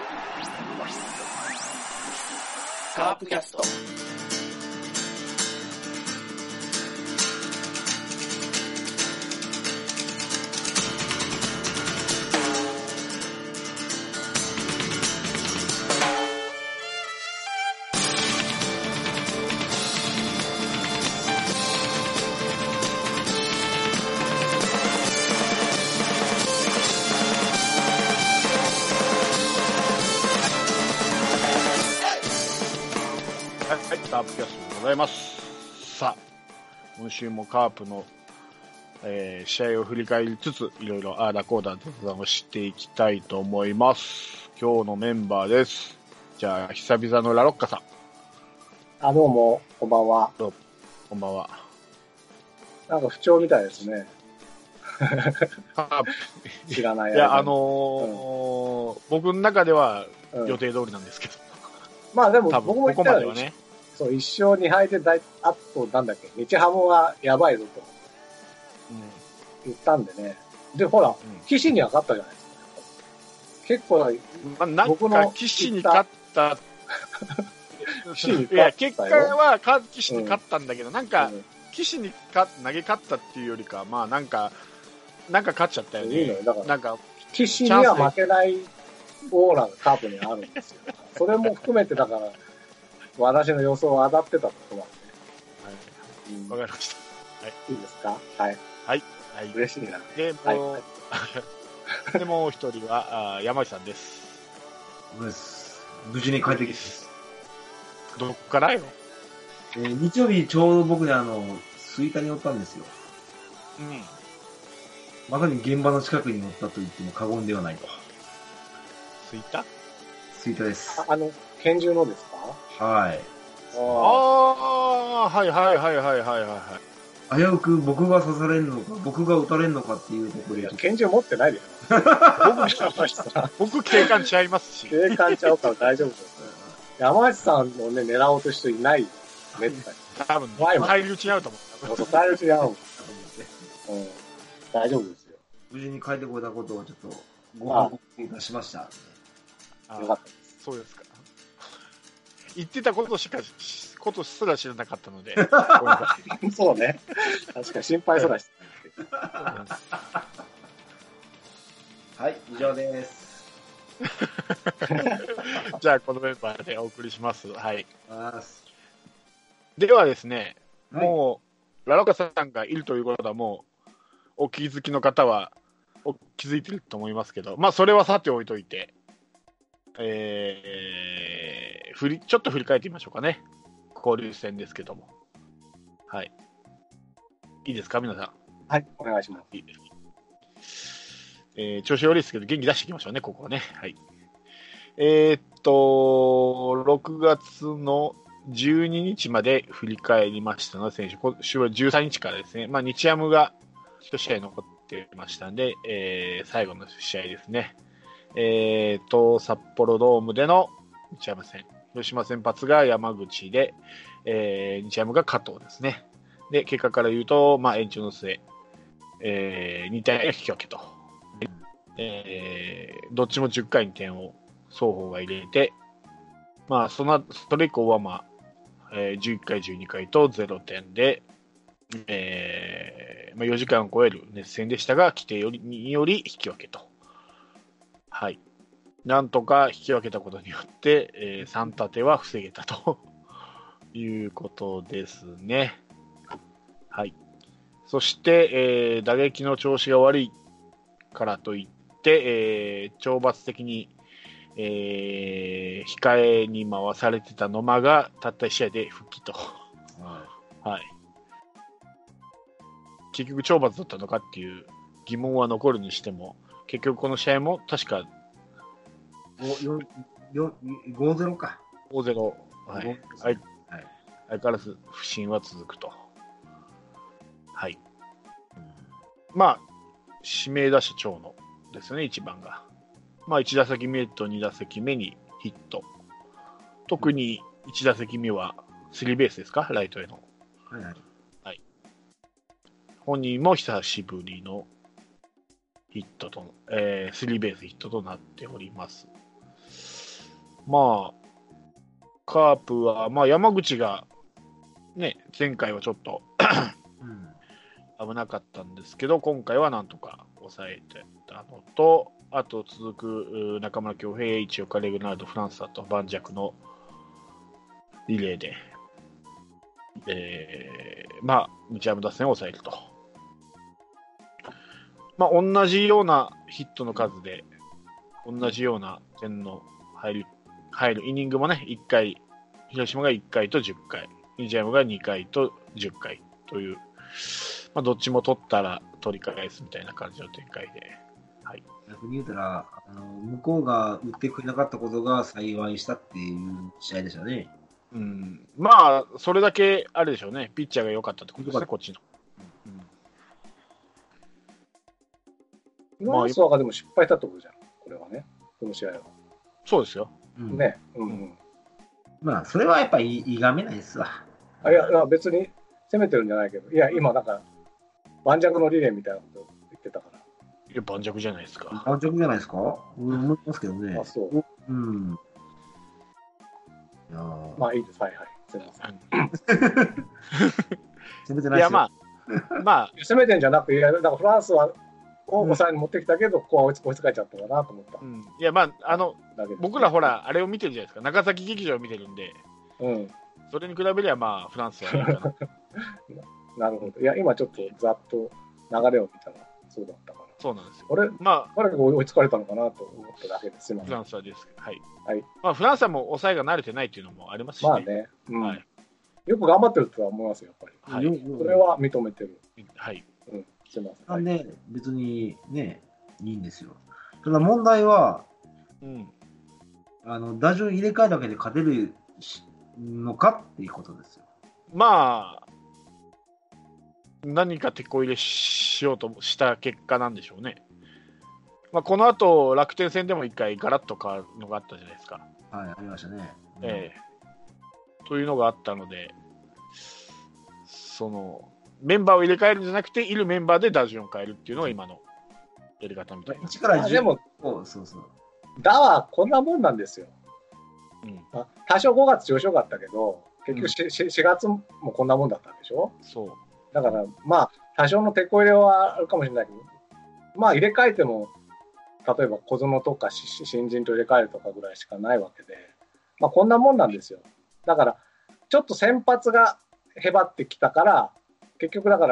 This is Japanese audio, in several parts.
カープキャスト。 カープキャストでございます。さあ、今週もカープの、試合を振り返りつつ、いろいろあーだこーだ雑談をしていきたいと思います。今日のメンバーです。じゃあ、久々のラロッカさん。 どうも、こんばんは。 こんばんは。 なんか不調みたいですね。 カープ知らない。 いや、僕の中では予定通りなんですけど。 まあでも、 多分僕も言こったらこまではね。 そう、1勝2敗であと、なんだっけ、日ハムがやばいぞと言ったんでね。で、ほら、岸には勝ったじゃないですか。結構、 まあ、なんか、岸に勝った。いや、結果は岸に勝ったんだけど、なんか、岸に投げ勝ったっていうよりか、まあなんか勝っちゃったよね。 いいのよ。だから、 なんか、 岸には負けないオーラがカープにあるんですよ。それも含めてだから、私の予想は当たってたことなんで。 わかりました。はい。 いいですか？はい。 はい。 嬉しいな。 で、もう一人は山内さんです。 無事に帰ってきて。 どっからよ？ 日曜日ちょうど僕ね、吹田に寄ったんですよ。まさに現場の近くに寄ったと言っても過言ではないと。 吹田です。 拳銃のですか？ はい。 はい。 危うく僕が刺されんのか、僕が撃たれんのかっていうところで。 拳銃持ってないでしょ。 僕警官ちゃいますし。 警官ちゃうから大丈夫です。山内さんのね、狙おうとしていない。めったに。 多分、対立違うと思う。対立違うもん。大丈夫ですよ。 無事に帰ってこれたことをちょっとご報告いたしました。 よかったです。 そうですか。言ってたことすら知らなかったので。 そうね。確かに心配すらしてない。 はい、以上です。 じゃあ、このメンバーでお送りします。はい。ではですね、もう、ラロカさんがいるということはもう、お気づきの方は気づいてると思いますけど、まあ、それはさておいといて、ちょっと振り返ってみましょうかね。交流戦ですけども。はい。いいですか、皆さん。 はい、お願いします。 いい調子悪いですけど、元気出していきましょうね、ここはね。はい。6月の12日まで振り返りましたので、選手、今週は13日からですね、まあ、日ハムが1試合残ってましたんで、最後の試合ですね。札幌ドームでの日ハム戦。広島先発が山口で、日ハムが加藤ですね。で、結果から言うと、まあ、延長の末、2点が引き分けと。どっちも10回に点を双方が入れて、まあ、それ以降は、まあ11回、12回と0点で、まあ、4時間を超える熱戦でしたが、規定により引き分けと。はい。なんとか引き分けたことによって、3立ては防げたということですね。はい。そして、打撃の調子が悪いからといって、懲罰的に、控えに回されてた野間がたった1試合で復帰と。はい。結局懲罰だったのかっていう疑問は残るにしても、結局この試合も確か 5-0か。 5-0。はい。相変わらず不振は続くと。はい。まあ、指名打者長野ですね、1番が。まあ、1打席目と2打席目にヒット。特に1打席目はスリーベースですか、ライトへの。はい。本人も久しぶりのヒットと、スリーベースヒットとなっております。 まあ、カープは、まあ、山口が、ね、前回はちょっとうん。 危なかったんですけど、今回はなんとか抑えてたのと、あと続く中村恭平、一岡レグナルド、フランスだと盤石のリレーで、まあ、日ハム打線を抑えると。まあ、同じようなヒットの数で、同じような点の入るイニングもね、1回、広島が1回と10回、日ハムが2回と10回という、まあ、どっちも取ったら取り返すみたいな感じの展開で、はい、 逆に言うたら、向こうが打ってくれなかったことが幸いしたっていう試合でしたね。 うん、まあ、それだけあれでしょうね、ピッチャーが良かったってことですね、こっちの。 フランスはでも失敗したってことじゃん、これはね、この試合は。 そうですよ。 ね。うんうん。 まあ、それはやっぱりいがめないですわ。 いや、別に攻めてるんじゃないけど、いや、今、なんか、盤石のリレーみたいなこと言ってたから。 いや、盤石じゃないですか。 盤石じゃないですか思いますけどね。 あ、そう。 うん。いやまあいいです。はいはい。すみません。 攻めてないですよ。いや、 まあ、 攻めてんじゃなくて、いや、だからフランスは、を抑えに持ってきたけど、ここは追いつかれちゃったかなと思った。 いや、まあ、僕らほら、あれを見てるじゃないですか、長崎劇場を見てるんで、それに比べれば、まあ、フランスはいいかな。 なるほど。いや、今ちょっとざっと流れを見たら、そうだったから。 そうなんですよ。 まあ、追いつかれたのかなと思っただけです。 フランスはです。はい。 はい。 まあ、フランスはもう抑えが慣れてないっていうのもありますしね。 まあね。はい。よく頑張ってるとは思いますよ、やっぱり。はい。それは認めてる。 はい。 すみません。 なんで、別にね、いいんですよ。ただ問題は、打順入れ替えだけで勝てるのかっていうことですよ。 まあ、何か手こ入れしようとした結果なんでしょうね。まあ、この後楽天戦でも一回ガラッと変わるのがあったじゃないですか。 はい、ありましたね。 というのがあったので、そのメンバーを入れ替えるんじゃなくて、いるメンバーで打順を変えるっていうのが今のやり方みたいな。 1から10 でも、 そう。 だはこんなもんなんですよ。多少5月調子よかったけど、結局4月もこんなもんだったんでしょ。 そう。 だから、まあ、多少の手こ入れはあるかもしれないけど、まあ、入れ替えても、例えば小園とか新人と入れ替えるとかぐらいしかないわけで、まあ、こんなもんなんですよ。だから、ちょっと先発がへばってきたから、結局だから、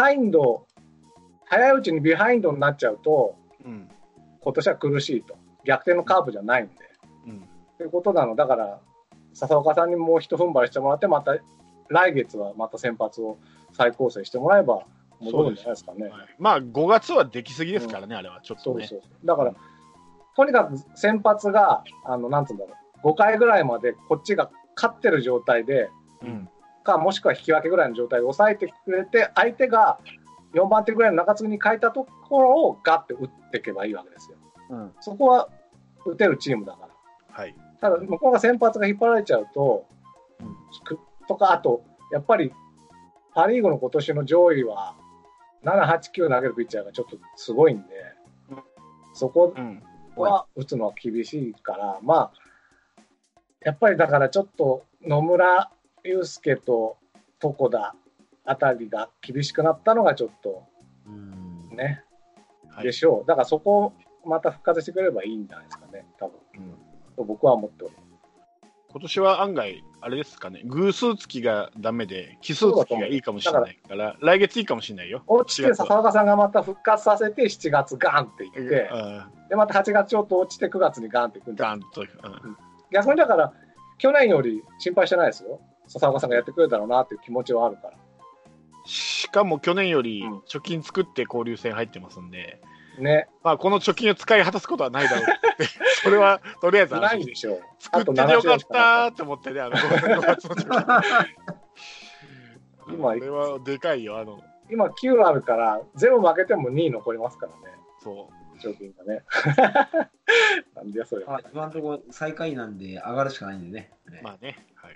早いうちにビハインドになっちゃうと、今年は苦しいと。逆転のカーブじゃないんで。ということなの。だから、笹岡さんにもう一踏ん張りしてもらって、また来月はまた先発を再構成してもらえば戻るんじゃないですかね。はい、 まあ5月はできすぎですからね、あれはちょっとね。 そうだから、とにかく先発がなんつうんだろう、5回ぐらいまでこっちが勝ってる状態で、もしくは引き分けぐらいの状態で抑えてくれて、相手が4番手ぐらいの中継ぎに変えたところをガッて打っていけばいいわけですよ。そこは打てるチームだから。 はい、 ただ向こうが先発が引っ張られちゃうと、とか、あとやっぱりパ・リーグの今年の上位は7、8、9投げるピッチャーがちょっとすごいんで、そこは打つのは厳しいから、まあやっぱりだからちょっと野村祐介と床田あたりが厳しくなったのがちょっとね、でしょう。だからそこをまた復活してくれればいいんじゃないですかね、多分。と僕は思っております。 今年は案外あれですかね、偶数月がダメで奇数月がいいかもしれないから、来月いいかもしれないよ。 落ちて笹岡さんがまた復活させて7月ガンっていって、でまた8月ちょっと落ちて9月にガンっていくんです。ガンと、逆にだから去年より心配してないですよ。笹岡さんがやってくれるだろうなっていう気持ちはあるから。 しかも去年より貯金作って交流戦入ってますんで、まあこの貯金を使い果たすことはないだろうってそれはとりあえずないんでしょう。 作っててよかったって思ってね、5月の貯金今これはでかいよ。 今9あるから0負けても2位残りますからね。 そう貯金がね。なんでやそれ。 今のところ最下位なんで上がるしかないんでね。 まあね。はい。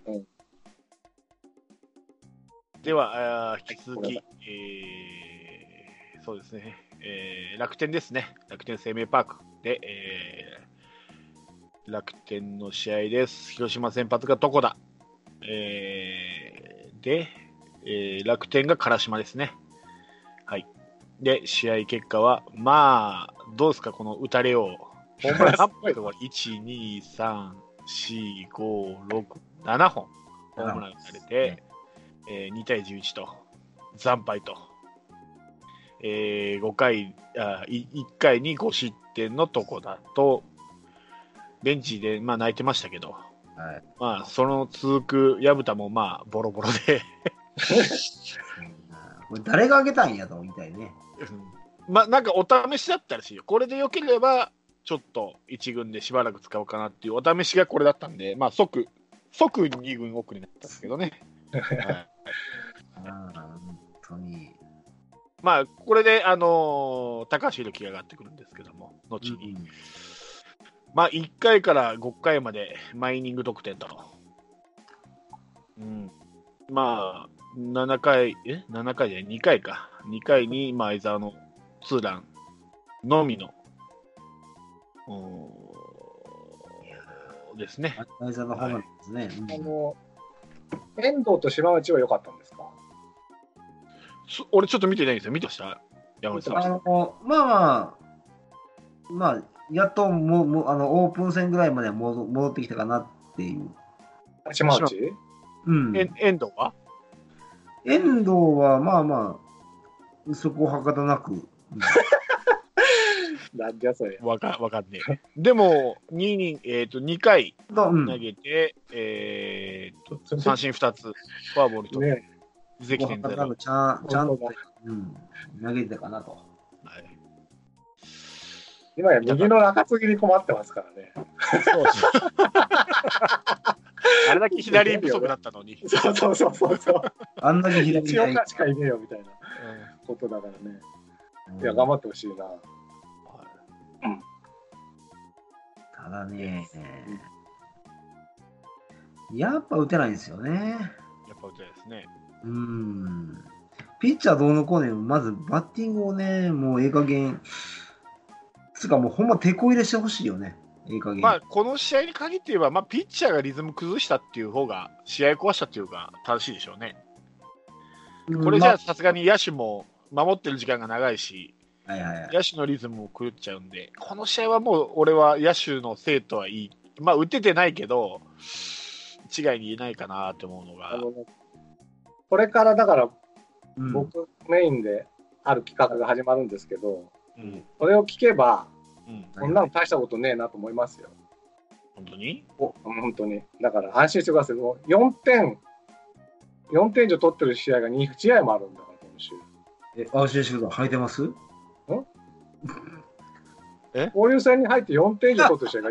では引き続き、そうですね、楽天ですね、楽天生命パークで、 楽天の試合です。広島先発が床田。楽天が唐島ですね。はい。で、試合結果は、まあ、どうですか、この打たれを。ホームラン何本かは1、2、3、4、5、6、7本ホームラン打たれて、2対11と、惨敗と。1回に5失点の床田と、ベンチで、まあ、泣いてましたけど、 はい。 まあ、その続く薮田も、まあ、ボロボロで、 これ誰が上げたんやと言いたいね。 まあ、なんかお試しだったらしいよ。これで良ければ、ちょっと1軍でしばらく使おうかなっていうお試しがこれだったんで、まあ、即2軍送りになったんですけどね。はい、 本当に。 まあ、これで、高橋宏樹が上がってくるんですけども、後に。まあ、1回から5回まで毎イニング得点と。まあ、7回じゃない、2回か。2回に、まあ、相澤のツーランのみの、ですね。 相澤のホームランですね。 遠藤と島内は良かったんですか？ 俺ちょっと見てないんですよ。見てました山内さん。 まあ、やっとオープン戦ぐらいまで戻ってきたかなっていう。 島内？ 遠藤はまあまあ、そこをはかたなく。 なんじゃそれ。 わかんねえ。でも、2回投げて、三振2つ、フォアボールと、自責点ゼロ。 ちゃんと、投げてたかなと。 はい、 今や右の中継ぎに困ってますからね。 そうあれだけ左不足だったのに。 そう。 あんだけ左一岡しかいねえよみたいなことだからね。いや、頑張ってほしいな。 ただね、やっぱ打てないんですよね。 やっぱ打てないですね。 ピッチャーどうのこうね、まずバッティングをね、もうええ加減、つうかもうほんま手こ入れしてほしいよね。 まあ、この試合に限って言えば、まあ、ピッチャーがリズム崩したっていう方が、試合壊したっていうか、正しいでしょうね。これじゃあ、さすがに野手も守ってる時間が長いし、野手のリズムも狂っちゃうんで、この試合はもう、俺は野手のせいとはいい、まあ、打ててないけど、一概に言えないかなって思うのが。 これからだから、僕メインである企画が始まるんですけど、それを聞けば、こんなの大したことねえなと思いますよ。 本当に？ 本当に。だから安心してください。もう4点以上取ってる試合が2試合もあるんだから、今週。 安心してください。履いてます？ 交流戦に入って4点以上取ってる試合が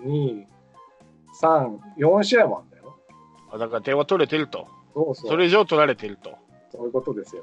1、2、3、4試合もあるんだよ。 だから点は取れてると。 そう。 それ以上取られてると。 そういうことですよ。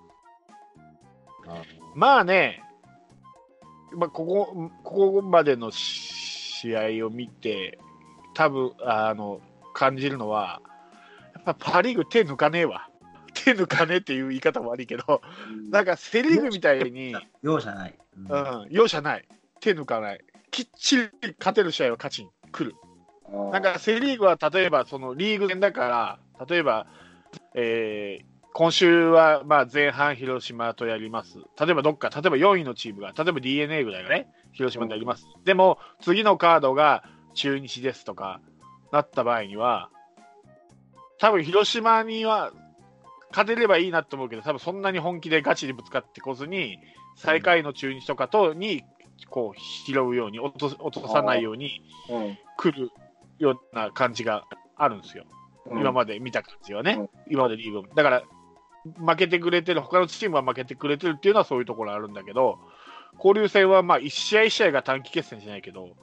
まあね、まあ、ここまでの試合を見て、多分感じるのは、やっぱパ・リーグ手抜かねえわ。手抜かねえっていう言い方も悪いけど、なんかセ・リーグみたいに、 容赦ない。 容赦ない。手抜かない。きっちり勝てる試合は勝ちに来る。なんかセ・リーグは例えばそのリーグ戦だから、例えば、今週はまあ前半広島とやります。例えば4位のチームが、例えば DNA ぐらいがね、広島とやります。でも次のカードが中日ですとかなった場合には、多分広島には勝てればいいなと思うけど、多分そんなに本気でガチでぶつかってこずに、最下位の中日とかとにこう拾うように落とさないように来るような感じがあるんですよ。今まで見た感じはね、今までリーグだから負けてくれてる、他のチームは負けてくれてるっていうのはそういうところあるんだけど、交流戦はまあ1試合1試合が短期決戦じゃないけど、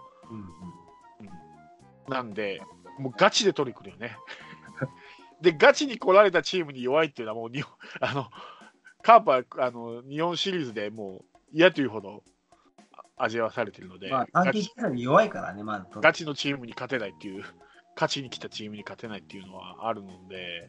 なんでもうガチで取りに来るよね。でガチに来られたチームに弱いっていうのはもうカープは日本シリーズでもう嫌というほど味わわされてるので、 短期決戦に弱いからね、 ガチのチームに勝てないっていう、勝ちに来たチームに勝てないっていうのはあるので、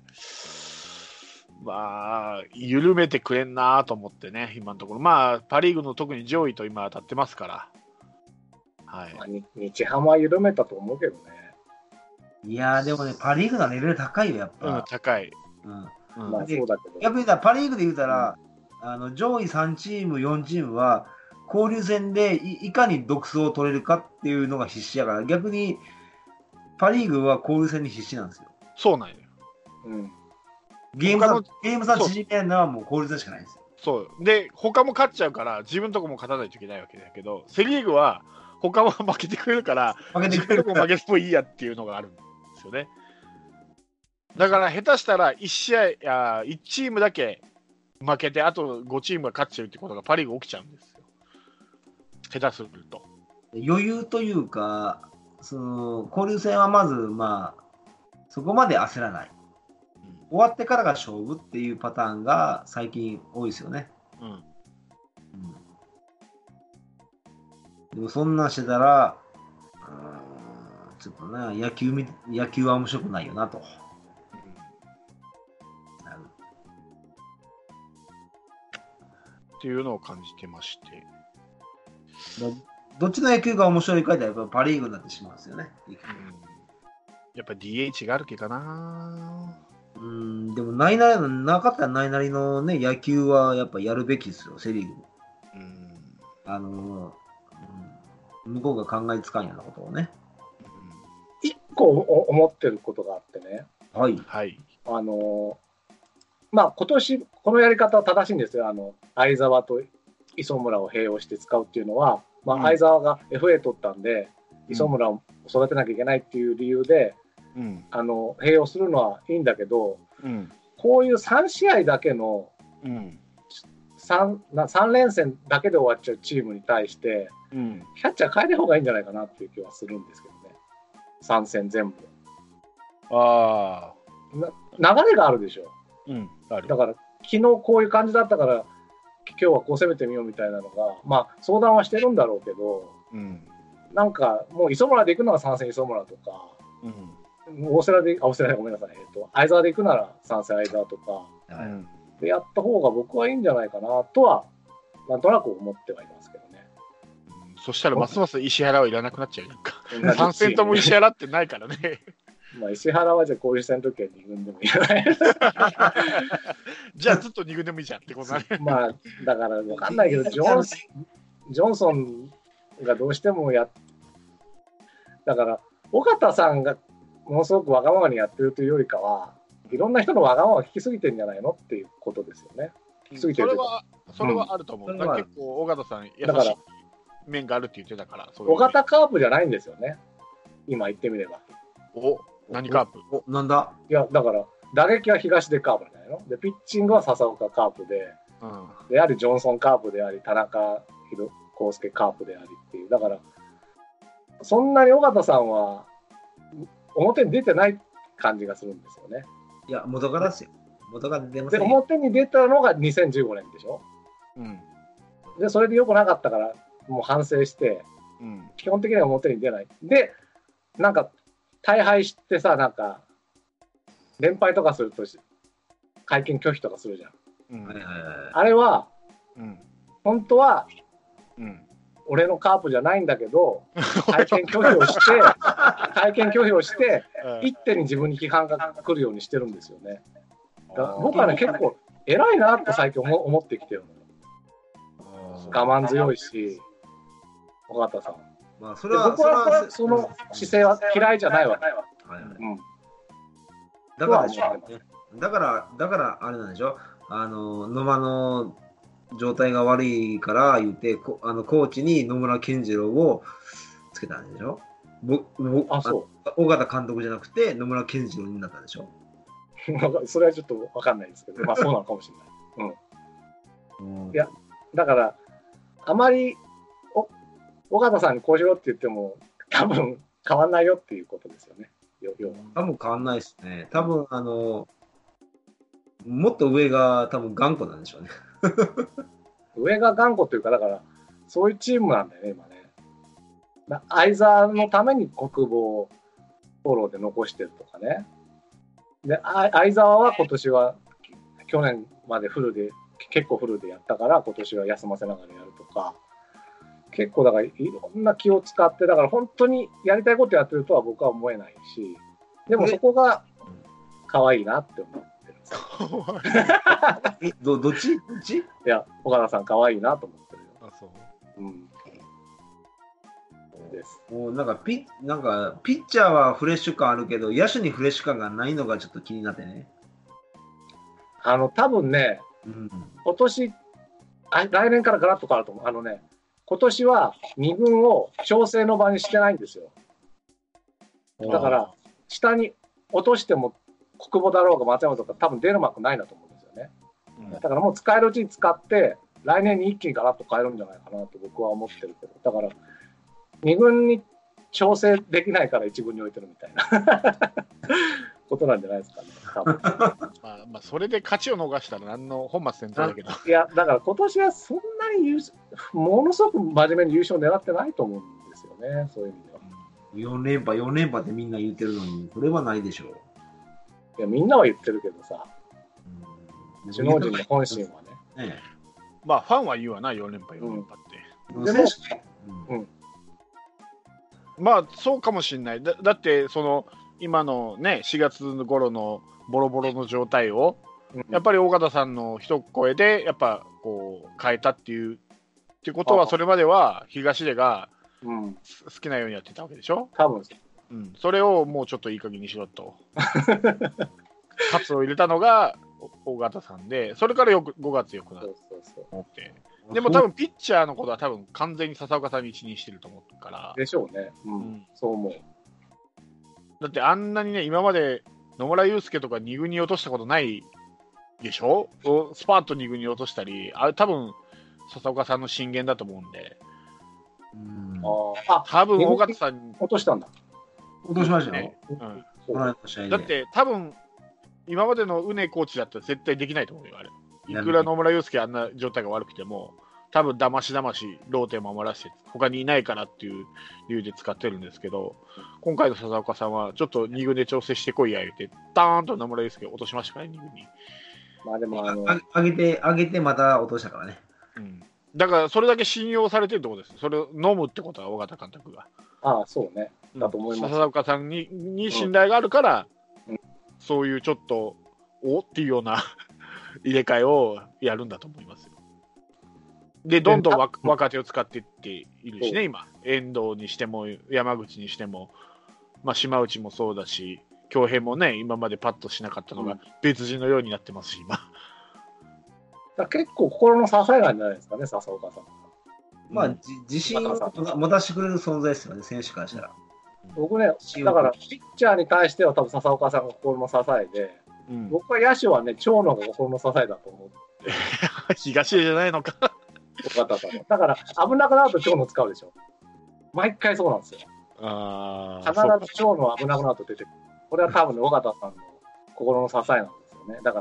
まあ緩めてくれんなと思ってね、今のところ。まあパ・リーグの特に上位と今当たってますから、 はいまあ、日ハムは緩めたと思うけどね。 いやー、でもね、パ・リーグのレベル高いよ、やっうん、 ぱ。 高い。 うん。 まあそうだけど。 逆に言ったら、パ・リーグで言うたら、上位3チーム、4チームは、交流戦でいかに独走を取れるかっていうのが必死やから、逆に、パ・リーグは交流戦に必死なんですよ。 そうなんよ。 うん。 ゲーム差縮めるのはもう交流戦しかないんですよ。 そうで、他も勝っちゃうから自分のとこも勝たないといけないわけだけど、セ・リーグは他も負けてくれるから負けてくれる自分のとこ負けてもいいやっていうのがあるんですよね。だから下手したら1試合1チームだけ負けてあと5チームが勝っちゃうってことがパ・リーグ起きちゃうんですよ。下手すると余裕というか、その交流戦はまず、まあ、そこまで焦らない。終わってからが勝負っていうパターンが最近多いですよね。 うん、うん、 でもそんなんしてたら、ちょっとね、野球は面白くないよなと。 っていうのを感じてまして、 どっちの野球が面白いかでやっぱパ・リーグになってしまうんですよね。 やっぱ DH があるけかな。 でもなかったらないなりのね、野球はやっぱやるべきですよ、セ・リーグ。向こうが考えつかんようなことをね。 一個思ってることがあってね。 はい。 はい。 まあ今年このやり方は正しいんですよ。相澤と磯村を併用して使うっていうのは、まあ相澤が FA 取ったんで、磯村を育てなきゃいけないっていう理由で、併用するのはいいんだけど、こういう3試合だけの、3連戦だけで終わっちゃうチームに対して、キャッチャー変えた方がいいんじゃないかなっていう気はするんですけどね。3戦全部。流れがあるでしょ。だから昨日こういう感じだったから今日はこう攻めてみようみたいなのが、まあ相談はしてるんだろうけど、なんかもう磯村で行くなら3戦磯村とか、大瀬良でごめんなさい、相澤で行くなら3戦相澤とか、でやった方が僕はいいんじゃないかなとはなんとなく思ってはいますけどね。 そしたらますます石原はいらなくなっちゃうなんか3戦とも石原ってないからね。 まあ石原はじゃあ交流戦の時は2軍でもいらないじゃあずっと2軍でもいいじゃんってことだね。 まあだから分かんないけどジョンソンがどうしてもだから尾形さんがものすごくわがままにやってるというよりかはいろんな人のわがままを聞きすぎてんじゃないのっていうことですよね。聞きすぎてるというかそれはあると思う。結構尾形さん優しい面があるって言ってたから。 尾形カープじゃないんですよね。今言ってみれば。 何カープ？ なんだ？ いやだから打撃は東出カープじゃないの。でピッチングは笹岡カープで、でありジョンソンカープであり田中康介カープでありっていうだからそんなに尾形さんは表に出てない感じがするんですよね。 いや元からですよ。元から出ません。 で表に出たのが2015年でしょ。でそれで良くなかったからもう反省して、基本的には表に出ない。でなんか大敗してさなんか連敗とかすると会見拒否とかするじゃん。あれは、本当は、俺のカープじゃないんだけど会見拒否をして一手に自分に批判が来るようにしてるんですよね。僕はね結構偉いなって最近思ってきてるの。我慢強いし尾形さん。 まあ、 僕はその姿勢は嫌いじゃないわけ。 だからあれなんでしょ。野間の状態が悪いから言ってコーチに野村健次郎をつけたんでしょ。尾形監督じゃなくて野村健次郎になったんでしょ。 それはちょっと分かんないですけど、まあそうなのかもしれない。いやだからあまり尾形さんにこうしろって言っても多分変わんないよっていうことですよね。 多分変わんないですね。多分もっと上が多分頑固なんでしょうね。 上が頑固というかだからそういうチームなんだよね今ね。相澤のために国防をフォローで残してるとかね。で相澤は今年は去年まで結構フルでやったから今年は休ませながらやるとか。 結構だからいろんな気を使って、だから本当にやりたいことやってるとは僕は思えないし、でもそこが可愛いなって思ってるんですよ。 どっちいや、岡田さん可愛いなと思ってるよ。 あ、そう。 うん。です。 もうなんかピッチャーはフレッシュ感あるけど、野手にフレッシュ感がないのがちょっと気になってね。 多分ね、今年、来年からガラッと変わると思う。今年は2軍を調整の場にしてないんですよ。だから、下に落としても、国母だろうが松山とか多分出る幕ないなと思うんですよね。だからもう使えるうちに使って、来年に一気にガラッと変えるんじゃないかなと僕は思ってるけど、だから、2軍に調整できないから1軍に置いてるみたいなことなんじゃないですかね、多分。 まあそれで勝ちを逃したら何の本末転倒だけど。 いや、だから今年はそんなにものすごく真面目に優勝狙ってないと思うんですよね、そういう意味では。 4連覇ってみんな言ってるのに、これはないでしょう。 いや、みんなは言ってるけどさ、首脳陣の本心はね。 まあ、ファンは言うわな、4連覇、4連覇って。 でも、 まあ、そうかもしれない。だって、今のね、4月頃のボロボロの状態を、やっぱり尾形さんの一声で、やっぱこう変えたってことは、それまでは東出が好きなようにやってたわけでしょ。 多分、 それをもうちょっといい加減にしろと。喝を入れたのが尾形さんで、それから5月よくなって。でも多分ピッチャーのことは多分完全に笹岡さんに一任してると思うから。 でしょうね。そう思う。 だってあんなにね、今まで野村祐介とか2軍に落としたことないでしょ。スパート2軍に落としたり、あれ多分笹岡さんの進言だと思うんで。多分尾形さんに落としたんだ。 落としましたよ。 だって多分今までの畝コーチだったら絶対できないと思うよ、あれ。いくら野村祐介あんな状態が悪くても、多分だましローテ守らせて、他にいないからっていう理由で使ってるんですけど、今回の笹岡さんはちょっと2軍で調整してこいや言うて、ダーンと野村祐介落としましたからね、2軍に。 まあでも上げてまた落としたからね。 だからそれだけ信用されてるところです。それを飲むってことは、尾形監督が。 そうね。だと思います。 笹岡さんに信頼があるから、そういうちょっと、っていうような入れ替えをやるんだと思いますよ。で、どんどん若手を使っていっているしね、今。遠藤にしても、山口にしても、島内もそうだし、京平もね、今までパッとしなかったのが、別人のようになってますし、今。 結構心の支えなんじゃないですかね、笹岡さん。 自信を持たせてくれる存在ですよね、選手からしたら。 僕ね、だから、ピッチャーに対しては多分笹岡さんが心の支えで、僕は野手はね、長野が心の支えだと思って。 東出じゃないのか。 尾形さんだから、危なくなると長野使うでしょ。毎回そうなんですよ。必ず長野は危なくなると出てくる。これは多分ね、尾形さんの心の支えなんですよね。だから、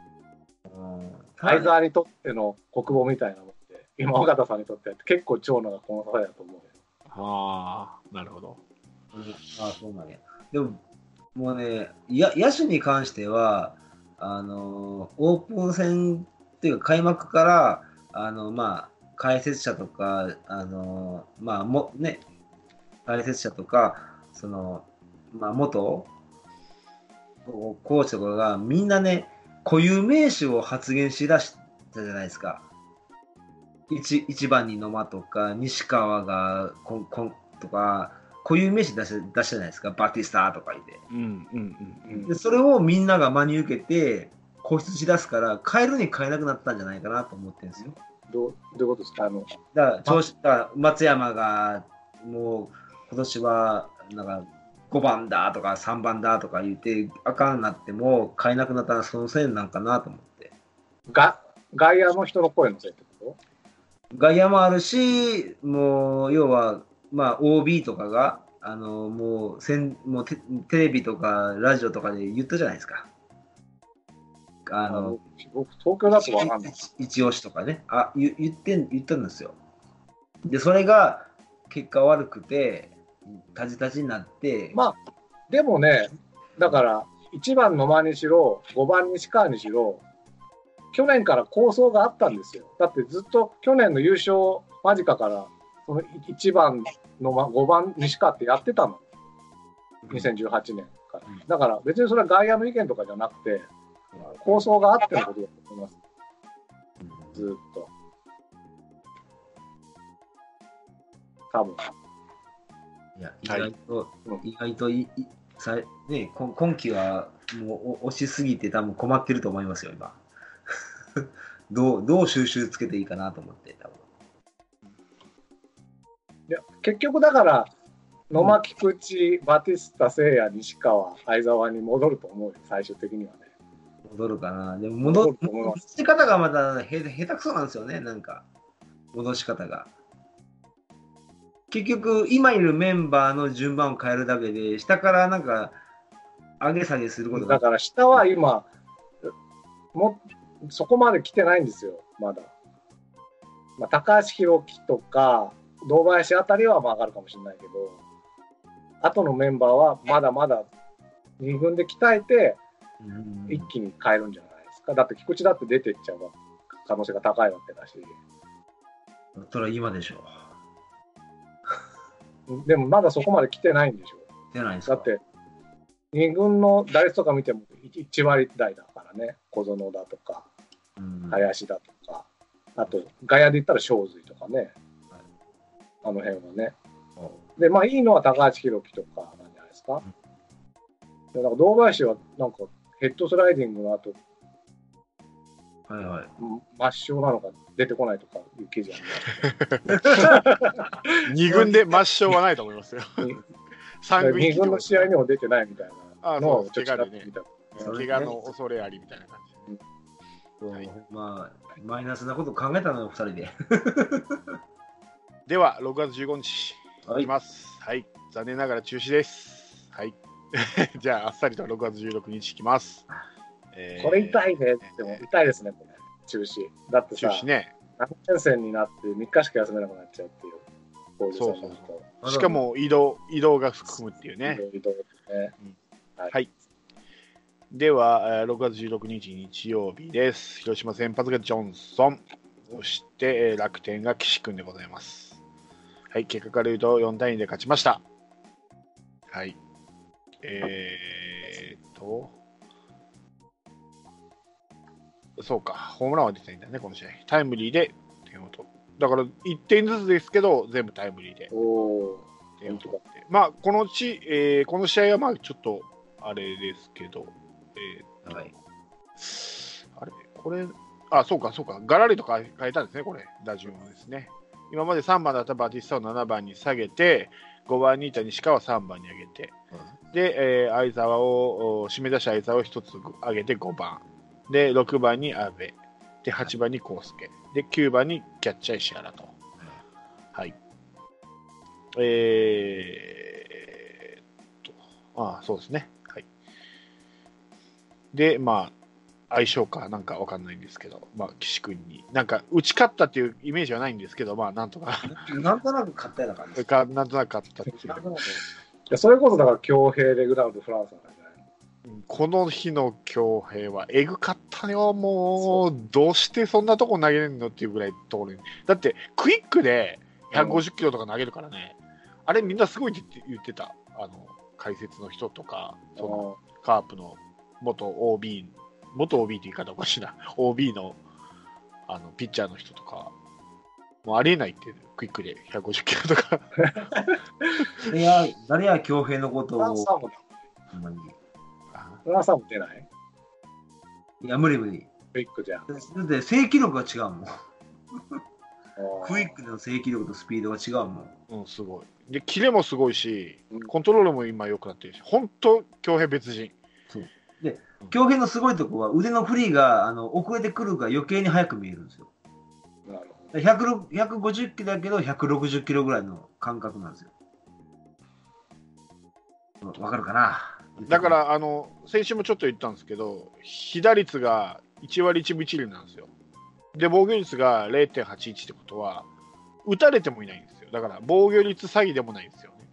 相沢にとっての国母みたいなもんで、今、尾形さんにとっては結構長野がこの支えだと思うよ。 なるほど。 そうなんや。でも、もうね、野手に関しては、オープン戦っていうか、開幕から、解説者とか、解説者とか、元コーチとかがみんなね、固有名詞を発言しだしたじゃないですか。1番に野間とか、西川がとか、固有名詞出したじゃないですか。バティスタとか言って。でそれをみんなが真に受けて、固執しだすから、変えるに変えなくなったんじゃないかなと思ってるんですよ。 どういうことですか？ だから松山がもう今年はなんか5番だとか3番だとか言ってあかんなっても変えなくなったらそのせいなんかなと思って。 外野の人の声のせいってこと？ 外野もあるし、もう要はOB とかがもうテレビとかラジオとかで言ったじゃないですか。 僕東京だと分かんない。 一押しとかね、言ったんですよ。で、それが結果悪くて、タジタジになって。 でもね、だから、1番野間にしろ、5番西川にしろ、去年から構想があったんですよ。だってずっと去年の優勝間近から、 その1番の5番西川ってやってたの。2018年から。だから別にそれは外野の意見とかじゃなくて、構想があってのことだと思います。ずーっと。多分。 いや、意外とね、今期はもう押しすぎて多分困ってると思いますよ、今。どう収集つけていいかなと思って、多分。 いや結局だから、野間、菊池、バティスタ、聖也、西川、相澤に戻ると思うよ、最終的にはね。 戻るかな。でも戻ると思います。 戻し方がまた下手くそなんですよね、なんか。戻し方が。結局、今いるメンバーの順番を変えるだけで、下からなんか、上げ下げすることが。 だから下は今、そこまで来てないんですよ、まだ。まあ、高橋宏樹とか、堂林あたりはまあ上がるかもしれないけど、後のメンバーはまだまだ2軍で鍛えて、一気に変えるんじゃないですか。だって菊池だって出てっちゃう可能性が高いわけだし。 それは今でしょう。でもまだそこまで来てないんでしょ。 出ないですか。 だって2軍の打率とか見ても1割台だからね。小園だとか、林だとか、あと外野で言ったら正髄とかね。あの辺はね。で、まあいいのは高橋宏樹とかなんじゃないですか。でなんか堂林はなんかヘッドスライディングの後、 はいはい、 抹消なのか出てこないとかいう記事ある2軍で抹消はないと思いますよ。 2軍の試合にも出てないみたいなのをちょっと見た。 怪我の恐れありみたいな感じ、 はい、まあマイナスなこと考えたのよ2人で。 では6月15日いきます。はい、残念ながら中止です。はい。じゃああっさりと6月16日いきます。 これ痛いね。でも痛いですねこれ中止。だってさ、 中止ね。 7連戦になって3日しか休めなくなっちゃうっていう。 そうそうそう。しかも移動が含むっていうね。 移動ね、 はい。では6月16日日曜日です。広島先発がジョンソン、そして楽天が岸君でございます。はい、結果から言うと4対2で勝ちました。はい。そうか、ホームランは出てないんだね、この試合。タイムリーで点を取る。だから1点ずつですけど、全部タイムリーで点を取って。まあ、この試合はまあちょっとあれですけど、 はい、 あれこれ、そうか、ガラリと変えたんですね、これ、打順をですね。今まで3番だったバティスタを7番に下げて、5番にいた西川を3番に上げて、で、相澤を、締め出し相澤を1つ上げて5番、で、6番に阿部、で、8番に康介、で、9番にキャッチャー石原と。はい。そうですね。はい。で、まあ、相性かなんかわかんないんですけど、まあ、岸君に、なんか打ち勝ったっていうイメージはないんですけど、まあ、なんとか。 なんとなく勝ったような感じですか。なんとなく勝ったっていう。 いやそれこそだから、強兵レグラウドフランスなんじゃないの？ この日の強兵はエグかったよ、もう、どうしてそんなとこ投げれるのっていうぐらいところに。だって、クイックで150キロとか投げるからね、あれみんなすごいって言ってた、解説の人とか、そのカープの元 OB って言い方おかしいな、OB のピッチャーの人とか、もうありえないって、クイックで150キロとか。 誰や強兵のことを。 フランスも出ない？ いや、無理。 クイックじゃん。 だって正規力が違うもん。クイックの正規力とスピードが違うもん。 うん、すごい。で、キレもすごいし、コントロールも今良くなってるし、本当、強兵別人。 そうで、強兵のすごいところは腕の振りが遅れてくるから余計に速く見えるんですよ。なるほど。150キロだけど160キロぐらいの感覚なんですよ。わかるかな？ だから先週もちょっと言ったんですけど、被打率が1割1分1厘なんですよ。で、防御率が 0.81 ってことは、打たれてもいないんですよ。だから、防御率詐欺でもないんですよね。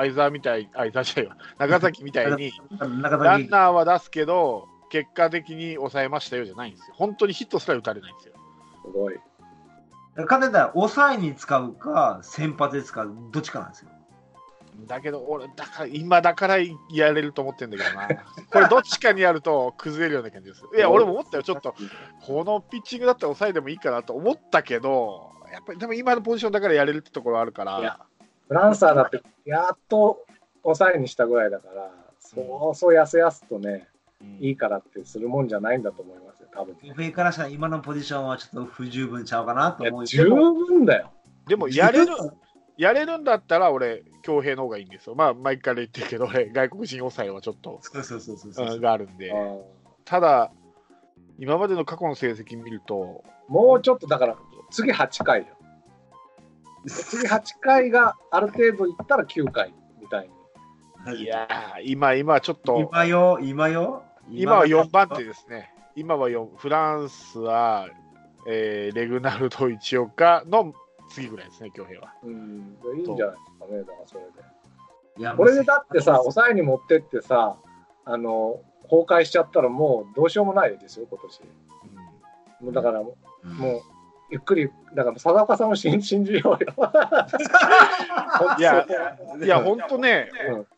長崎みたいに、ランナーは出すけど、結果的に抑えましたよじゃないんですよ。本当にヒットすら打たれないんですよ。 すごい。 勝てたら抑えに使うか、先発で使う、どっちかなんですよ。 だけど俺今だからやれると思ってんだけどな。これどっちかにやると崩れるような感じです。いや俺も思ったよ、ちょっとこのピッチングだったら抑えでもいいかなと思ったけど、やっぱりでも今のポジションだからやれるってところあるから。 いやフランサーだってやっと抑えにしたぐらいだから、そうやすやすとね、いいからってするもんじゃないんだと思いますよ、多分。 上からしたら今のポジションはちょっと不十分ちゃうかなと思う。 十分だよ。 でもやれるんだったら俺強兵の方がいいんですよ。まあ前から言ってるけど、俺外国人抑えはちょっとがあるんで。ただ今までの過去の成績見るともうちょっとだから次8回よ。次8回がある程度いったら9回みたいに。いや今ちょっと今は 4番手ですね。今はフランスは、レグナルド・一岡の次ぐらいですね、強兵は。 いいんじゃないですかね、だからそれで。 いやこれでだってさ、抑えに持ってってさ、崩壊しちゃったらもうどうしようもないですよ、今年。もうだからもう、ゆっくり、だから佐岡さんを信じようよ。 いや、ほんとね、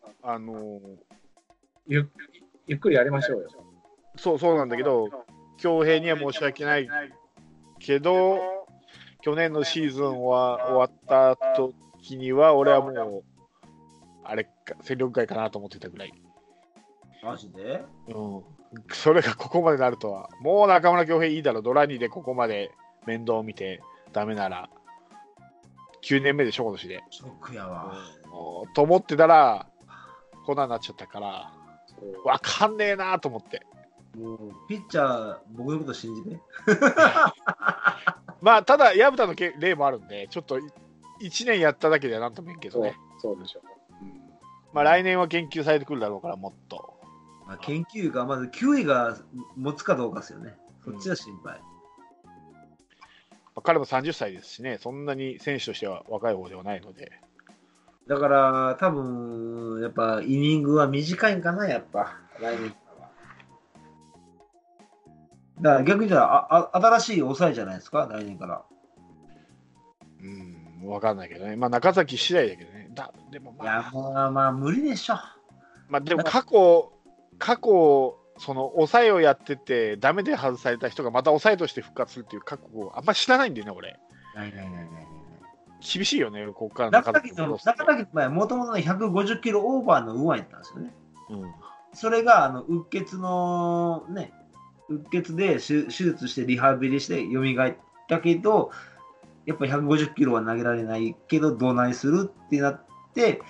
ゆっくりやりましょうよ。 そうなんだけど、強兵には申し訳ないけど、去年のシーズンは終わった時には、俺はもう、あれか、戦力外かなと思ってたぐらい。 マジで？ それがここまでなるとは、もう中村恭平いいだろ、ドラ2でここまで面倒を見てダメなら、9年目でしょ、今年で。 ショックやわ。 と思ってたら、こんなになっちゃったから、わかんねえなと思って。 もうピッチャー、僕のこと信じて。 まあ、ただ、薮田の例もあるんで、ちょっと1年やっただけではなんともいいけどね。 そうでしょう。 まあ、来年は研究されてくるだろうから、もっと。 研究がまず9位が持つかどうかですよね。そっちは心配。 彼も30歳ですしね、そんなに選手としては若い方ではないので。 だから多分やっぱイニングは短いんかな、やっぱ来年からは。だから逆に言ったら新しい抑えじゃないですか、来年から。 分かんないけどね、まあ中崎次第だけどね。でもいやまあ無理でしょ。 まあでも過去その抑えをやっててダメで外された人がまた抑えとして復活するっていう過去をあんま知らないんだよね、俺。 ない。 厳しいよね、ここから中崎ってもともと150キロオーバーの右腕やったんですよね。それがうっ血のね、うっ血で手術してリハビリして蘇ったけど、やっぱ150キロは投げられないけどどないするってなって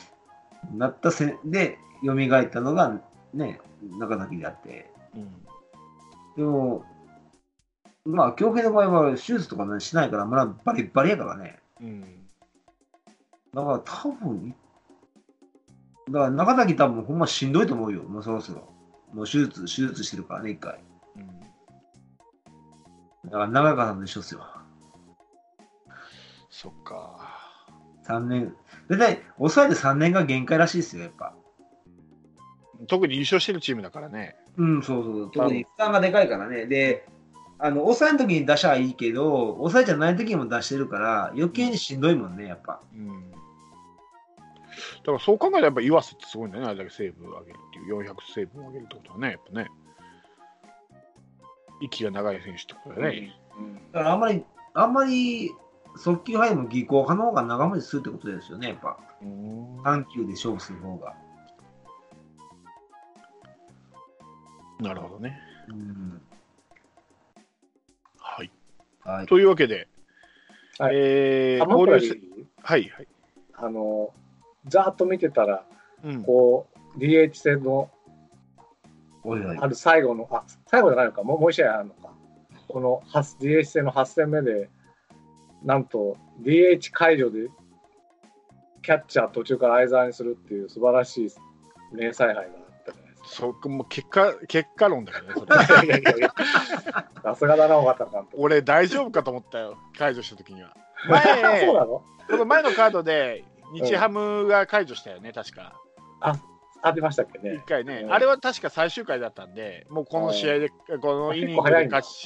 で蘇ったのがね、中崎であって、でもまあ恭平の場合は手術とか、ね、しないからまだバリバリやからね。だから多分中崎多分ほんましんどいと思うよ、もうそろそろ。もう手術してるからね、1回。だから長川さんと一緒っすよ。 そっか。 3年。大体、抑えて3年が限界らしいですよ、やっぱ。 特に優勝してるチームだからね。 そう。特に負担がでかいからね。で、抑えの時に出しゃいいけど、抑えじゃない時にも出してるから、余計にしんどいもんね、やっぱ。 だからそう考えたらやっぱ岩瀬ってすごいんだね、あれだけセーブ上げるっていう、400セーブ上げるってことはね、やっぱね。息が長い選手ってことだね。 だからあんまり速球配も技巧派の方が長持ちするってことですよね、やっぱ。短球で勝負する方が。 なるほどね。はい。というわけで、 はい。ざーっと見てたら、こう、DH 戦の、ある最後の、最後じゃないのか、もう一試合あるのか。このDH 戦の8戦目で、なんと DH 解除でキャッチャー途中から相沢にするっていう素晴らしい連載杯があったじゃないですか。 そうもう結果論だけどね、それ。 さすがだな、尾形監督。 俺大丈夫かと思ったよ、解除した時には。 そうなの？ この前のカードで日ハムが解除したよね、確か。 出ましたっけね。 1回ね、あれは確か最終回だったんで、もうこの試合で、このイニングで勝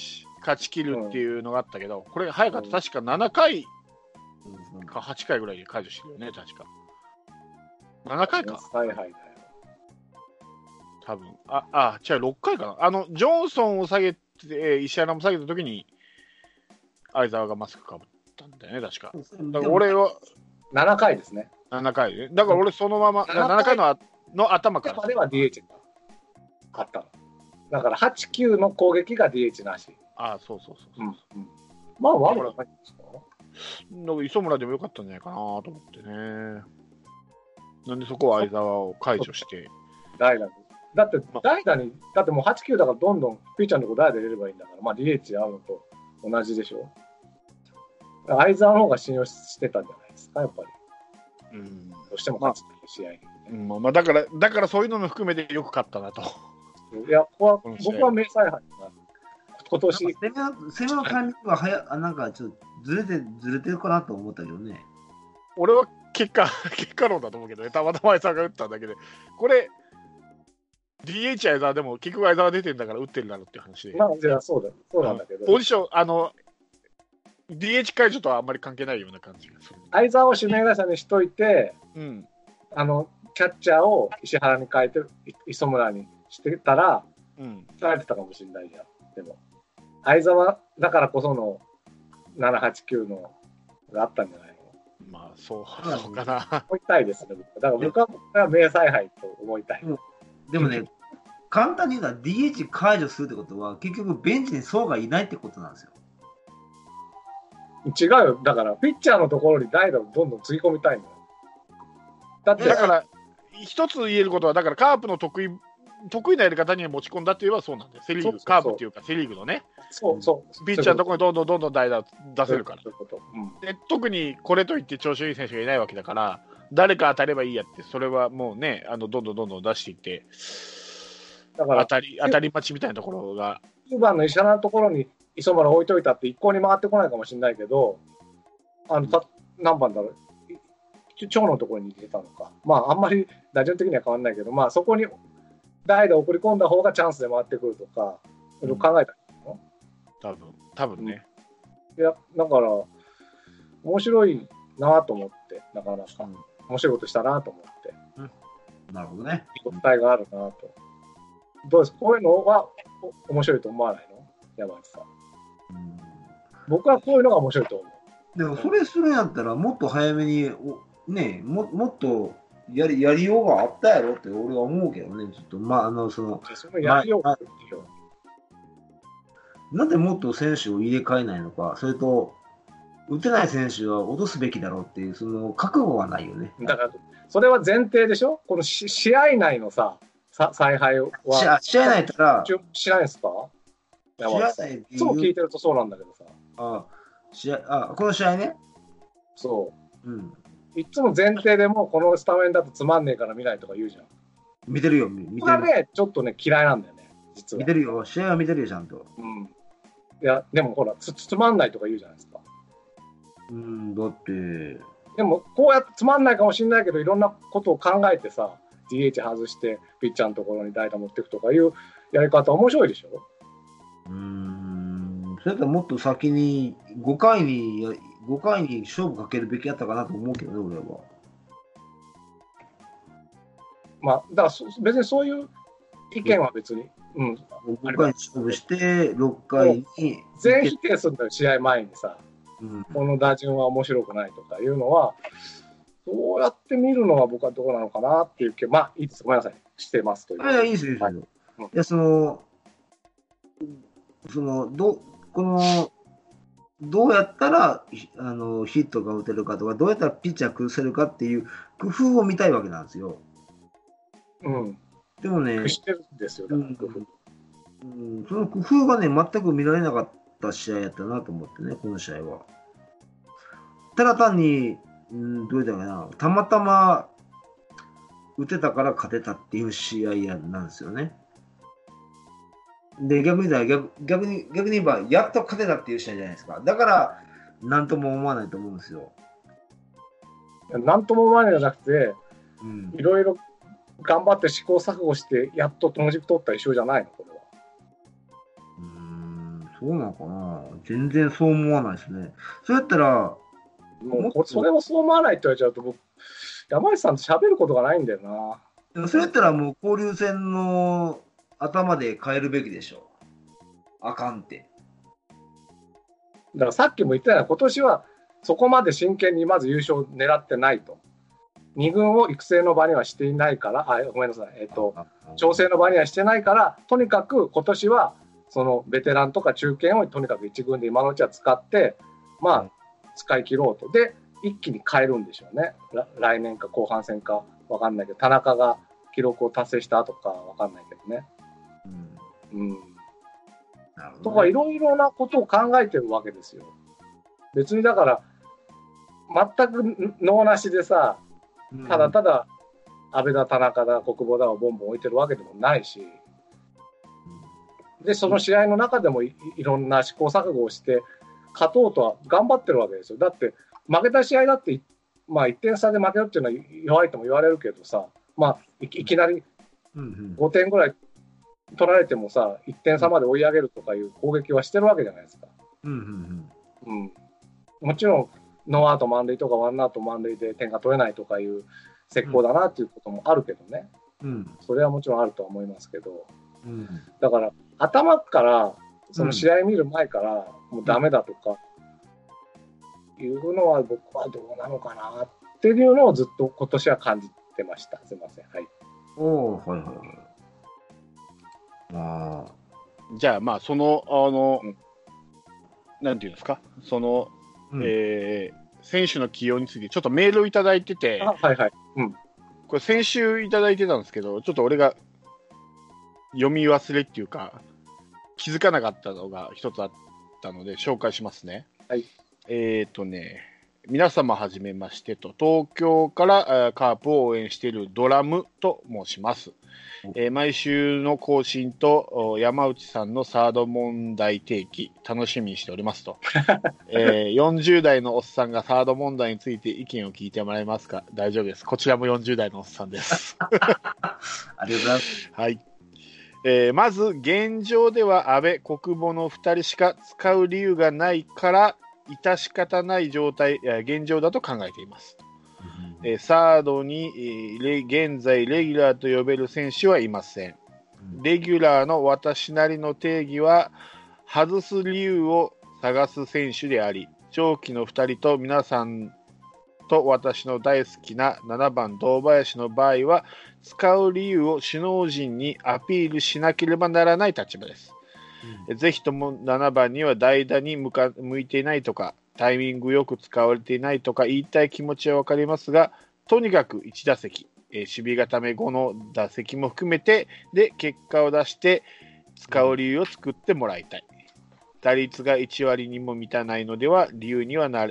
勝ち切るっていうのがあったけど、これ早かった、確か7回か8回ぐらいで解除してるよね、確か。7回か。 はいはいだよ。 多分違う、6回かな。ジョンソンを下げて、石原も下げたときに、相澤がマスクかぶったんだよね、確か。だから俺は、 7回ですね。 7回で、だから俺そのまま、7 7 回の頭から。 までは DH があったの。だから8、9の攻撃が DH なし。 そうそう。 まあ悪くないですか。 なんか磯村でもよかったんじゃないかなと思ってね。なんでそこは相澤を解除して。 代打に。だって代打に、だってもう8、9だからどんどんピッチャーのとこ代打入れればいいんだから、まあ DH 合うのと同じでしょ。相澤の方が信用してたんじゃないですか、やっぱり。どうしても勝つ試合に、 だからそういうのも含めてよく勝ったなと。 いや、僕は明細杯今年攻めのタイミングがなんかちょっとずれてるかなと思ったけどね。 俺は結果論だと思うけどね、たまたま相澤が打っただけで、これ DH 相澤でも結局相澤出てるんだから打ってるだろうっていう話で。 まあじゃあそうなんだけど、 ポジションDH 解除とはあんまり関係ないような感じがする。 相澤を指名打者にしといて、キャッチャーを石原に変えて磯村にしてたら、変えてたかもしれないじゃん。でも相澤だからこその7、8、9のがあったんじゃないの。 まあそうかな。 思いたいですね。だから僕は明細杯と思いたい。 でもね、簡単に言うのは DH 解除するってことは結局ベンチに層がいないってことなんですよ。 違うよ。だからピッチャーのところに代打をどんどんつぎ込みたいのよ。 だから一つ言えることは、だからカープの得意なやり方に持ち込んだって言えばそうなんだよ。セリーグ、カープっていうかセリーグのね。ピッチャーのところにどんどん代打出せるから。で特にこれといって調子いい選手がいないわけだから、誰か当たればいいやって、それはもうね、どんどん出していって、だから当たり待ちみたいなところが。 9番の石原のところに磯村置いといたって一向に回ってこないかもしれないけど、何番だろう、長のところに入れたのか、まああんまり打順的には変わらないけど、まあそこに代打を送り込んだ方がチャンスで回ってくるとか、それを考えたの、 多分ね。 いや、だから面白いなと思って、なかなか面白いことしたなと思って、 なるほどね。 答えがあるなと。どうですか、こういうのは面白いと思わないの、山内さん。僕はこういうのが面白いと思う。 でもそれするんやったらもっと早めにね、もっとやりようがあったやろって俺は思うけどね。ちょっとそのやりようがなんでもっと選手を入れ替えないのか、それと打てない選手は落とすべきだろうっていうその覚悟がないよね。 だからそれは前提でしょ。この試合内の采配は試合内たらしないですか。そう聞いてるとそうなんだけどさ。 この試合ね。 そう。いつも前提でもこのスタメンだとつまんねえから見ないとか言うじゃん。 見てるよ。 これはね、ちょっとね嫌いなんだよね。実は。 見てるよ。試合は見てるよちゃんと。 いやでもほらつまんないとか言うじゃないですか。 だってでもこうやってつまんないかもしれないけど、いろんなことを考えてさ、 DH 外してピッチャーのところに代打持っていくとかいうやり方面白いでしょ。 それともっと先に5回に勝負かけるべきやったかなと思うけどね、俺は。 まあだから別にそういう意見は別に、 5回に勝負して6回に全否定するんだよ、試合前にさ、この打順は面白くないとかいうのは、そうやって見るのは僕はどうなのかなっていう気、まあいいです、ごめんなさい、してますという。 いいですよ、いやどうやったらヒットが打てるかとか、どうやったらピッチャー崩せるかっていう工夫を見たいわけなんですよ。でもね、 してるんですよ、だから工夫。 その工夫がね、全く見られなかった試合やったなと思ってね、この試合は。ただ単に、どう言ったかな、たまたま打てたから勝てたっていう試合なんですよね。で、逆に言えば、やっと勝てたっていう試合じゃないですか。だから、なんとも思わないと思うんですよ。 なんとも思わないじゃなくて、いろいろ頑張って試行錯誤して、やっとこの軸取った一緒じゃないの、これは。 そうなのかな。全然そう思わないですね。そうやったら、 もうそれはそう思わないって言われちゃうと、僕、山内さんと喋ることがないんだよな。 でもそれやったらもう交流戦の頭で変えるべきでしょ。あかんって。 だからさっきも言ったような、今年はそこまで真剣にまず優勝を狙ってないと。2軍を育成の場にはしていないから、ごめんなさい、調整の場にはしてないから、とにかく今年はそのベテランとか中堅をとにかく1軍で今のうちは使って、まあ、使い切ろうと。で、一気に変えるんでしょうね。来年か後半戦か分かんないけど、田中が記録を達成した後か分かんないけどね。とか、いろいろなことを考えてるわけですよ。別にだから、全く能なしでさ、ただただ安倍だ、田中だ、国母だをボンボン置いてるわけでもないし、で、その試合の中でもいろんな試行錯誤をして勝とうとは頑張ってるわけですよ。だって負けた試合だって、まあ、1点差で負けるっていうのは弱いとも言われるけどさ、まあ、いきなり5点ぐらい取られてもさ、1点差まで追い上げるとかいう攻撃はしてるわけじゃないですか。もちろんノーアウト満塁とかワンアウト満塁で点が取れないとかいう石膏だなっていうこともあるけどね、それはもちろんあるとは思いますけど、だから頭からその試合見る前からもうダメだとかいうのは僕はどうなのかなっていうのをずっと今年は感じてました。すいません。はい。 じゃあまあそのなんていうんですか、その、選手の起用についてちょっとメールをいただいてて、これ先週いただいてたんですけど、ちょっと俺が読み忘れっていうか気づかなかったのが一つあったので紹介しますね。 はい。 皆様はじめましてと、東京からカープを応援しているドラムと申します。毎週の更新と山内さんのサード問題提起楽しみにしておりますと、40代のおっさんがサード問題について意見を聞いてもらえますか。大丈夫です。こちらも40代のおっさんですありがとうございます。 はい。まず現状では安倍国母の2人しか使う理由がないから致し方ない状態、現状だと考えています。サードに、現在レギュラーと呼べる選手はいません。レギュラーの私なりの定義は外す理由を探す選手であり、長期の2人と皆さんと私の大好きな7番堂林の場合は使う理由を首脳陣にアピールしなければならない立場です。ぜひとも7番には代打に向いていないとかタイミングよく使われていないとか言いたい気持ちは分かりますが、とにかく1打席、守備固め後の打席も含めてで結果を出して使う理由を作ってもらいたい。打率が1割にも満たないのでは理由にはな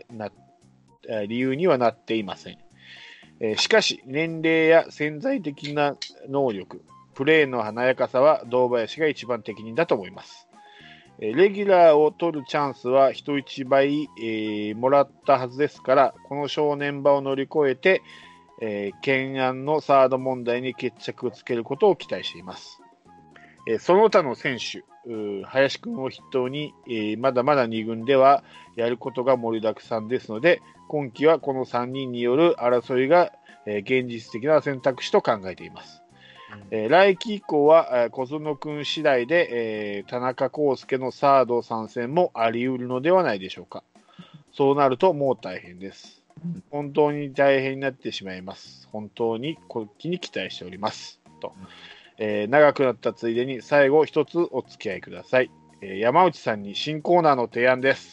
っていません。しかし年齢や潜在的な能力、プレーの華やかさは堂林が一番適任だと思います。レギュラーを取るチャンスは人一倍、もらったはずですから、この正念場を乗り越えて、懸案のサード問題に決着をつけることを期待しています。その他の選手、林君を筆頭に、まだまだ2軍ではやることが盛りだくさんですので、今季はこの3人による争いが、現実的な選択肢と考えています。来季以降は小園君次第で、田中康介のサード参戦もあり得るのではないでしょうか。そうなるともう大変です。本当に大変になってしまいます。本当に今季に期待しておりますと、長くなったついでに最後一つお付き合いください。山内さんに新コーナーの提案です。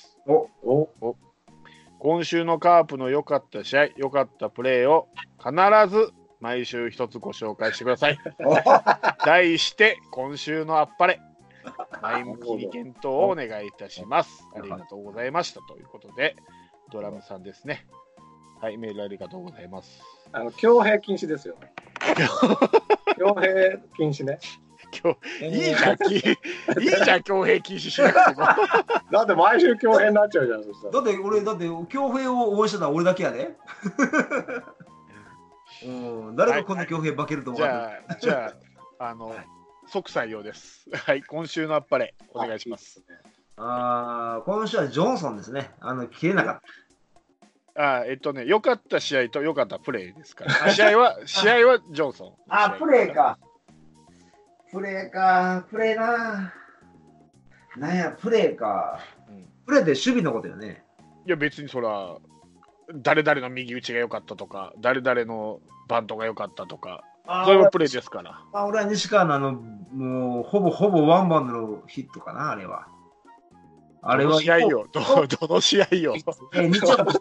今週のカープの良かった試合、良かったプレーを必ず毎週一つご紹介してください。題して今週のあっぱれ、前向きに検討をお願いいたします。ありがとうございましたということで、ドラムさんですね。はい、メールありがとうございます。 強兵禁止ですよ。強兵禁止ね。 いいじゃん、強兵禁止しなくても。 だって毎週強兵になっちゃうじゃん。そしたらだって強兵を応援してたのは俺だけやで。誰がこんな強兵化けると思う。 じゃあ即採用です。はい、今週のあっぱれお願いします。 今週はジョンソンですね。切れなかった。 良かった試合と良かったプレーですから。試合はジョンソン。 プレーか。プレーな。なんや、プレーか。プレーって守備のことよね。 いや、別にそら、誰々の右打ちが良かったとか、誰々のバントが良かったとか、そういうプレーですから。 俺は西川のもう、ほぼワンバウンドのヒットかな、あれは。 どの試合よ。どの試合よ。 日曜日。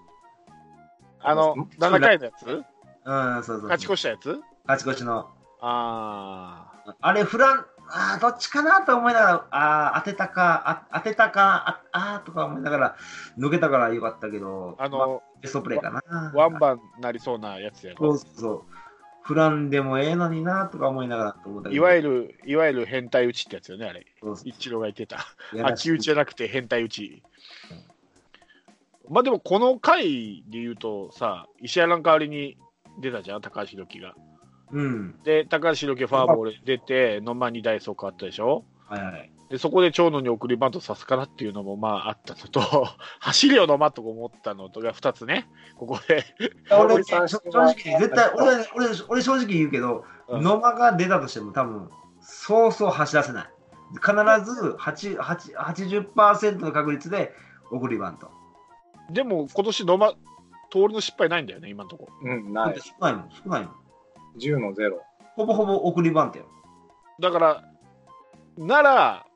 7回のやつ？ そう。 勝ち越したやつ？ 勝ち越しの。 あれ、どっちかなと思いながら、当てたか、とか思いながら、抜けたからよかったけど、ベストプレーかな。 ワンバンなりそうなやつやろ。 そう。フランでもええのになとか思いながらと思ったけど。 いわゆる変態打ちってやつよね、あれ。一郎が言ってた。秋打ちじゃなくて変態打ち。まあでもこの回で言うとさ、石原の代わりに出たじゃん、高橋宏樹が。で、高橋宏樹ファーボール出て、野間に代走変わったでしょ。で、そこで長野に送りバントさすかなっていうのもまああったのと、走りを野間と思ったのとが2つね、ここで。 俺正直、絶対、俺正直言うけど、野間が出たとしても多分、そうそう走らせない。必ず80% の確率で送りバント。 でも今年野間、盗塁の失敗ないんだよね、今のところ。 ない。 少ないもん。 10の0。 ほぼ送りバントよ。 だから、なら、